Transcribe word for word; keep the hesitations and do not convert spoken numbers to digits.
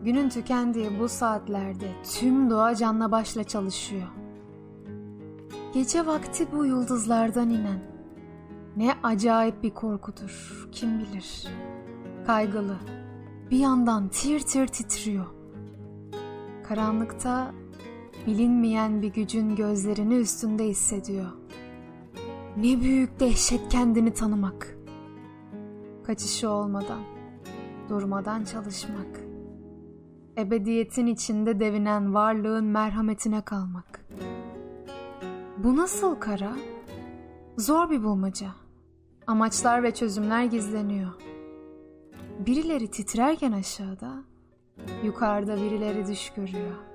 Günün tükendiği bu saatlerde tüm doğa canla başla çalışıyor. Gece vakti bu yıldızlardan inen ne acayip bir korkudur, kim bilir. Kaygılı, bir yandan tir tir titriyor. Karanlıkta bilinmeyen bir gücün gözlerini üstünde hissediyor. Ne büyük dehşet kendini tanımak. Kaçışı olmadan, durmadan çalışmak. Ebediyetin içinde devinen varlığın merhametine kalmak. Bu nasıl kara? Zor bir bulmaca. Amaçlar ve çözümler gizleniyor. Birileri titrerken aşağıda, yukarıda birileri düş görüyor.